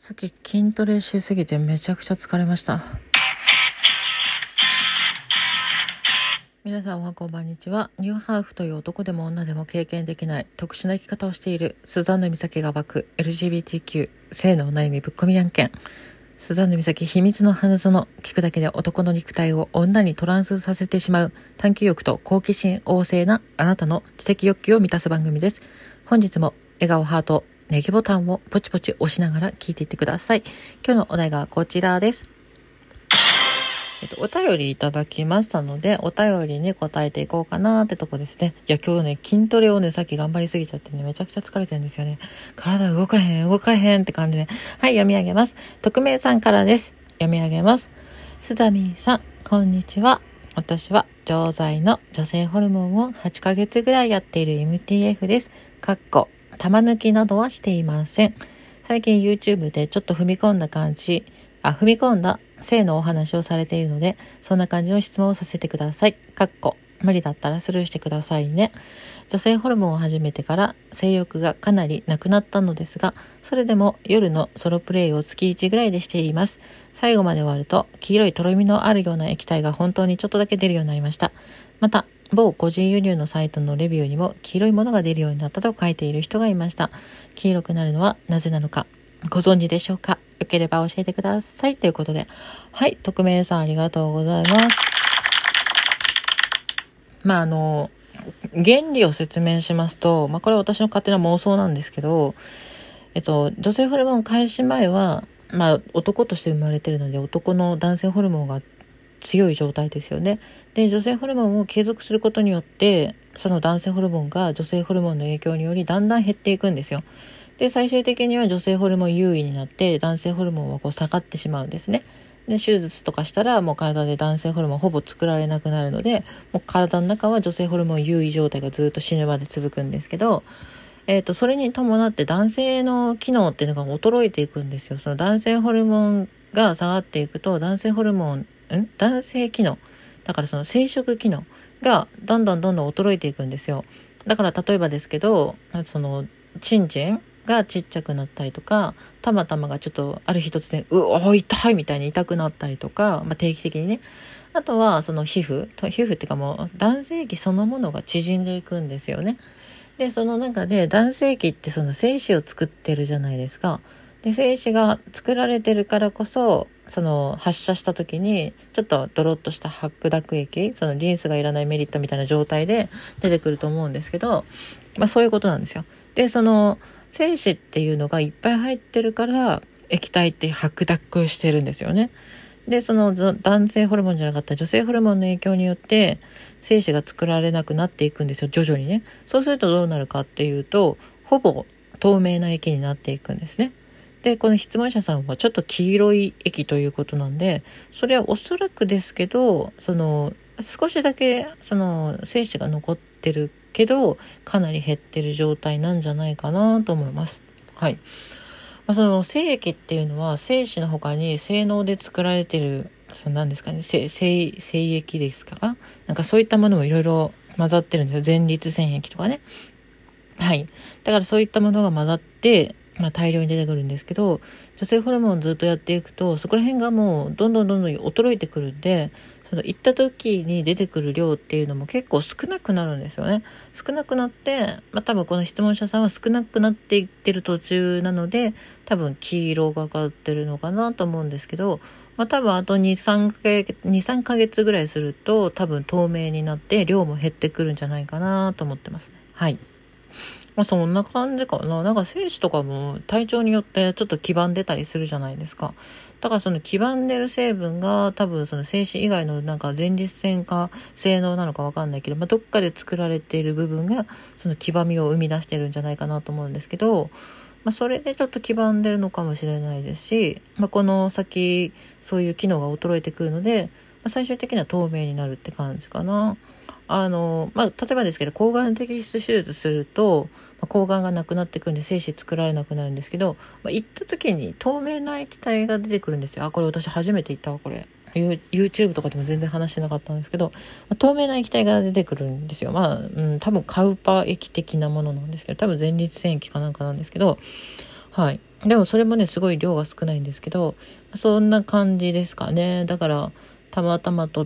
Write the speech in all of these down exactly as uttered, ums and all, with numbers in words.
さっき筋トレしすぎてめちゃくちゃ疲れました。皆さんおはこんばんにちは。ニューハーフという男でも女でも経験できない特殊な生き方をしているスザンヌ美咲が暴く エルジービーティーキュー 性のお悩みぶっ込み案件。スザンヌ美咲秘密の花園。聞くだけで男の肉体を女にトランスさせてしまう探求欲と好奇心旺盛なあなたの知的欲求を満たす番組です。本日も笑顔ハートネギボタンをポチポチ押しながら聞いていってください。今日のお題がこちらです。えっと、お便りいただきましたので、お便りに答えていこうかなってとこですね。いや、今日ね、筋トレをね、さっき頑張りすぎちゃってね、めちゃくちゃ疲れてるんですよね。体動かへん、動かへんって感じで。はい、読み上げます。匿名さんからです。読み上げます。すだみーさん、こんにちは。私は錠剤の女性ホルモンをはちかげつぐらいやっている エムティーエフ です。かっこ玉抜きなどはしていません。最近 YouTube でちょっと踏み込んだ感じ、あ、踏み込んだ性のお話をされているので、そんな感じの質問をさせてください。かっこ無理だったらスルーしてくださいね。女性ホルモンを始めてから性欲がかなりなくなったのですが、それでも夜のソロプレイを月いちぐらいでしています。最後まで終わると黄色いとろみのあるような液体が本当にちょっとだけ出るようになりました。また某個人輸入のサイトのレビューにも黄色いものが出るようになったと書いている人がいました。黄色くなるのはなぜなのかご存知でしょうか。よければ教えてくださいということで、はい、匿名さんありがとうございます。まああの原理を説明しますと、まあこれは私の勝手な妄想なんですけど、えっと女性ホルモン開始前はまあ男として生まれてるので男の男性ホルモンが強い状態ですよね。で、女性ホルモンを継続することによって、その男性ホルモンが女性ホルモンの影響によりだんだん減っていくんですよ。で、最終的には女性ホルモン優位になって男性ホルモンはこう下がってしまうんですね。で、手術とかしたらもう体で男性ホルモンほぼ作られなくなるので、もう体の中は女性ホルモン優位状態がずっと死ぬまで続くんですけど、えっと、それに伴って男性の機能っていうのが衰えていくんですよ。その男性ホルモンが下がっていくと、男性ホルモン、ん男性機能。だからその生殖機能がどんどんどんどん衰えていくんですよ。だから例えばですけど、その、チンチンがちっちゃくなったりとか、たまたまがちょっとある日突然、うお痛いみたいに痛くなったりとか、まあ、定期的にね。あとはその皮膚、皮膚っていうかもう男性器そのものが縮んでいくんですよね。で、その中で男性器ってその精子を作ってるじゃないですか。で、精子が作られてるからこそ、その発射した時にちょっとドロッとした白濁液、そのリンスがいらないメリットみたいな状態で出てくると思うんですけど、まあそういうことなんですよ。で、その精子っていうのがいっぱい入ってるから液体って白濁してるんですよね。で、その男性ホルモンじゃなかった女性ホルモンの影響によって精子が作られなくなっていくんですよ、徐々にね。そうするとどうなるかっていうと、ほぼ透明な液になっていくんですね。で、この質問者さんはちょっと黄色い液ということなんで、それはおそらくですけど、その少しだけその精子が残ってるけどかなり減ってる状態なんじゃないかなと思います。はい。まあ、その精液っていうのは精子の他に精嚢で作られてる、その何ですかね、精精精液ですか、なんかそういったものもいろいろ混ざってるんですよ。前立腺液とかね。はい。だからそういったものが混ざって、まあ大量に出てくるんですけど、女性ホルモンをずっとやっていくと、そこら辺がもうどんどんどんどん衰えてくるんで、その行った時に出てくる量っていうのも結構少なくなるんですよね。少なくなって、まあ多分この質問者さんは少なくなっていってる途中なので、多分黄色がかってるのかなと思うんですけど、まあ多分あとに、さんかげつ、に、さんかげつぐらいすると多分透明になって量も減ってくるんじゃないかなと思ってますね。はい。まあそんな感じかな。なんか精子とかも体調によってちょっと黄ばんでたりするじゃないですか。だからその黄ばんでる成分が多分その精子以外のなんか前立腺か性能なのかわかんないけど、まあ、どっかで作られている部分がその黄ばみを生み出してるんじゃないかなと思うんですけど、まあ、それでちょっと黄ばんでるのかもしれないですし、まあ、この先そういう機能が衰えてくるので、まあ、最終的には透明になるって感じかな。あの、まあ、例えばですけど、抗がん摘出手術すると、まあ、抗がんがなくなってくるんで精子作られなくなるんですけど、まあ、行った時に透明な液体が出てくるんですよ。あ、これ私初めて言ったわ、これ。YouTube とかでも全然話してなかったんですけど、まあ、透明な液体が出てくるんですよ。まあ、うん、多分カウパー液的なものなんですけど、多分前立腺液かなんかなんですけど、はい。 でもそれもねすごい量が少ないんですけど、そんな感じですかね。だからたまたま取って、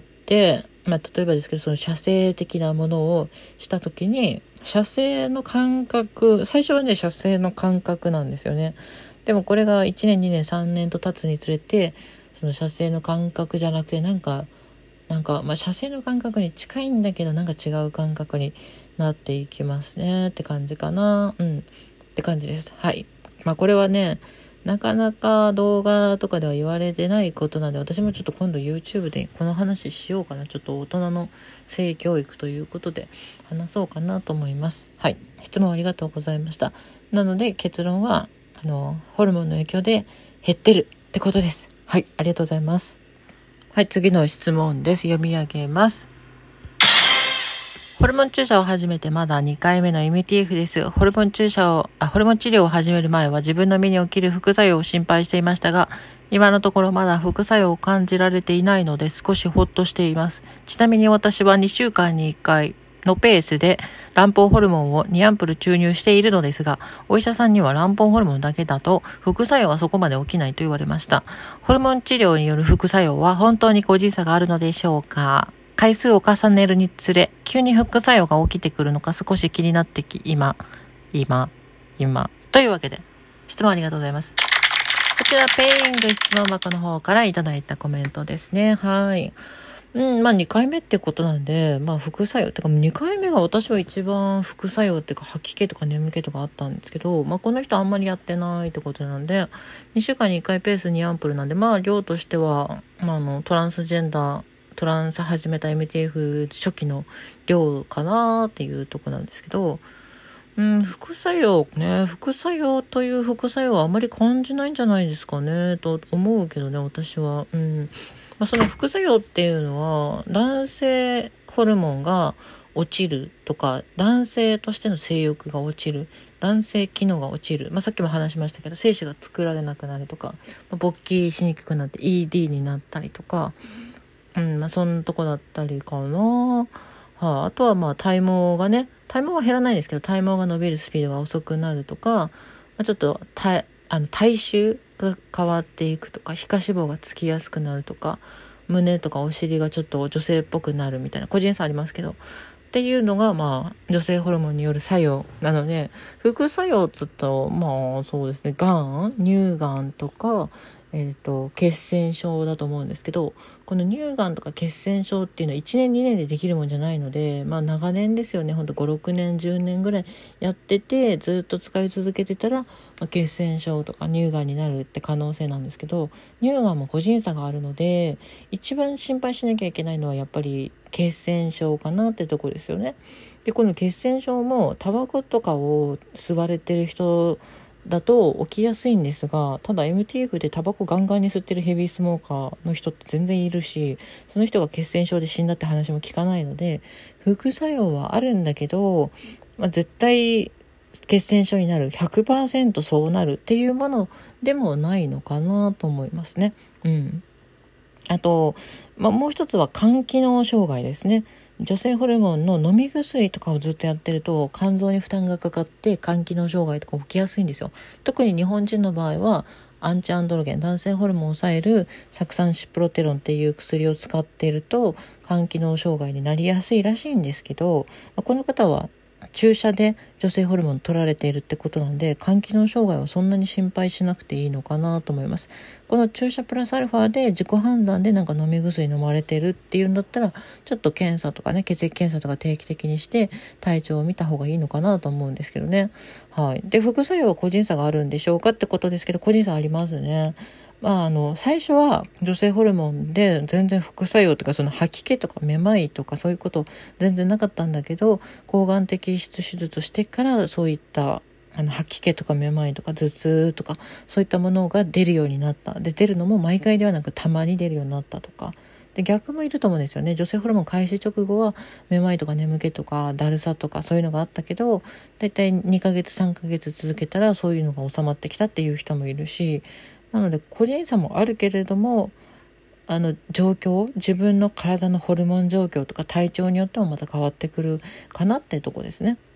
まあ、例えばですけどその射精的なものをした時に射精の感覚、最初はね射精の感覚なんですよね。でもこれがいちねんにねんさんねんと経つにつれて、その射精の感覚じゃなくてなんかなんかまあ射精の感覚に近いんだけどなんか違う感覚になっていきますねって感じかな。うんって感じです。はい。まあこれはねなかなか動画とかでは言われてないことなんで、私もちょっと今度 YouTube でこの話しようかな。ちょっと大人の性教育ということで話そうかなと思います。はい。質問ありがとうございました。なので結論はあのホルモンの影響で減ってるってことです。はい。ありがとうございます。はい。次の質問です。読み上げます。ホルモン注射を始めてまだにかいめの エムティーエフ です。ホルモン注射を、あ、ホルモン治療を始める前は自分の身に起きる副作用を心配していましたが、今のところまだ副作用を感じられていないので少しほっとしています。ちなみに私はにしゅうかんにいっかいのペースで卵胞ホルモンをにアンプル注入しているのですが、お医者さんには卵胞ホルモンだけだと副作用はそこまで起きないと言われました。ホルモン治療による副作用は本当に個人差があるのでしょうか？回数を重ねるにつれ、急に副作用が起きてくるのか少し気になってき、今、今、今。というわけで、質問ありがとうございます。こちら、ペイング質問箱の方からいただいたコメントですね。はい。うん、まあにかいめってことなんで、まあ副作用ってかにかいめが私は一番副作用っていうか吐き気とか眠気とかあったんですけど、まあこの人あんまりやってないってことなんで、にしゅうかんにいっかいペースにアンプルなんで、まあ量としては、まああのトランスジェンダー、トランス始めた エムティーエフ 初期の量かなっていうとこなんですけど、うん、副作用ね、副作用という副作用はあまり感じないんじゃないですかね、と思うけどね、私は。うん。まあ、その副作用っていうのは、男性ホルモンが落ちるとか、男性としての性欲が落ちる、男性機能が落ちる。まあ、さっきも話しましたけど、精子が作られなくなるとか、まあ、勃起しにくくなって イーディー になったりとか、うん、まあ、そんなとこだったりかな。はあ、あとはまあ体毛がね、体毛は減らないんですけど、体毛が伸びるスピードが遅くなるとか、まあ、ちょっと体、あの体臭が変わっていくとか、皮下脂肪がつきやすくなるとか、胸とかお尻がちょっと女性っぽくなるみたいな、個人差ありますけど、っていうのがまあ女性ホルモンによる作用なので、副作用っつったらまあそうですね、がん、乳がんとか、えっと血栓症だと思うんですけど、この乳がんとか血栓症っていうのはいちねんにねんでできるもんじゃないので、まあ長年ですよね。ほんとご、ろくねん、じゅうねんぐらいやってて、ずっと使い続けてたら、まあ、血栓症とか乳がんになるって可能性なんですけど、乳がんも個人差があるので、一番心配しなきゃいけないのはやっぱり血栓症かなってとこですよね。で、この血栓症もタバコとかを吸われてる人だと起きやすいんですが、ただ エムティーエフ でタバコガンガンに吸ってるヘビースモーカーの人って全然いるし、その人が血栓症で死んだって話も聞かないので、副作用はあるんだけど、まあ、絶対血栓症になる ひゃくパーセント そうなるっていうものでもないのかなと思いますね。うん。あと、まあ、もう一つは肝機能障害ですね。女性ホルモンの飲み薬とかをずっとやってると肝臓に負担がかかって肝機能障害とか起きやすいんですよ。特に日本人の場合はアンチアンドロゲン、男性ホルモンを抑える酢酸シプロテロンっていう薬を使っていると肝機能障害になりやすいらしいんですけど、この方は注射で女性ホルモン取られているってことなんで、肝機能障害はそんなに心配しなくていいのかなと思います。この注射プラスアルファで自己判断でなんか飲み薬飲まれてるっていうんだったら、ちょっと検査とかね、血液検査とか定期的にして体調を見た方がいいのかなと思うんですけどね。はい。で、副作用は個人差があるんでしょうかってことですけど、個人差ありますね。まあ、あの最初は女性ホルモンで全然副作用とかその吐き気とかめまいとかそういうこと全然なかったんだけど、抗がん摘出手術してからそういったあの吐き気とかめまいとか頭痛とかそういったものが出るようになった。で、出るのも毎回ではなくたまに出るようになったとかで、逆もいると思うんですよね。女性ホルモン開始直後はめまいとか眠気とかだるさとかそういうのがあったけど、だいたいにかげつさんかげつ続けたらそういうのが収まってきたっていう人もいるし、なので個人差もあるけれども、あの状況、自分の体のホルモン状況とか体調によってもまた変わってくるかなっていうところですね。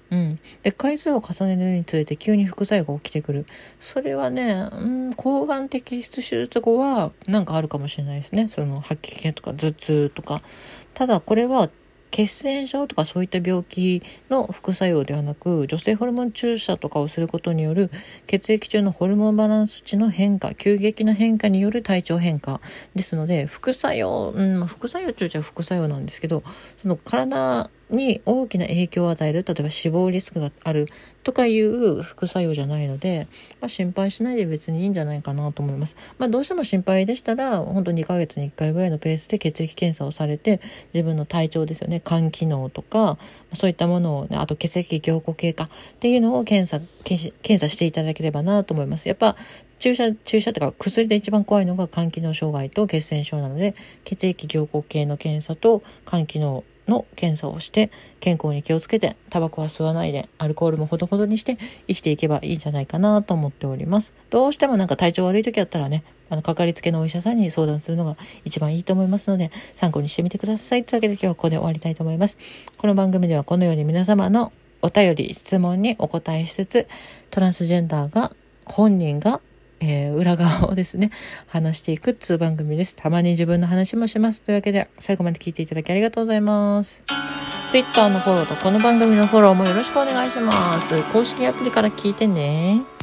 うん。で、回数を重ねるにつれて急に副作用が起きてくる。それはね、うん、抗がん摘出手術後はなんかあるかもしれないですね。その吐き気とか頭痛とか。ただこれは血栓症とかそういった病気の副作用ではなく、女性ホルモン注射とかをすることによる血液中のホルモンバランス値の変化、急激な変化による体調変化ですので、副作用、うん、副作用中じゃ副作用なんですけど、その体に大きな影響を与える、例えば死亡リスクがあるとかいう副作用じゃないので、まあ、心配しないで別にいいんじゃないかなと思います。まあ、どうしても心配でしたら本当にかげつにいっかいぐらいのペースで血液検査をされて、自分の体調ですよね、肝機能とかそういったものを、ね、あと血液凝固系かっていうのを検査検査していただければなと思います。やっぱ注射注射とか薬で一番怖いのが肝機能障害と血栓症なので、血液凝固系の検査と肝機能の検査をして健康に気をつけて、タバコは吸わないでアルコールもほどほどにして生きていけばいいんじゃないかなと思っております。どうしてもなんか体調悪い時だったらね、あのかかりつけのお医者さんに相談するのが一番いいと思いますので、参考にしてみてください。というわけで今日はここで終わりたいと思います。この番組ではこのように皆様のお便り質問にお答えしつつ、トランスジェンダーが本人がえー、裏側をですね話していくっていう番組です。たまに自分の話もします。というわけで最後まで聞いていただきありがとうございます。Twitter のフォローとこの番組のフォローもよろしくお願いします。公式アプリから聞いてね。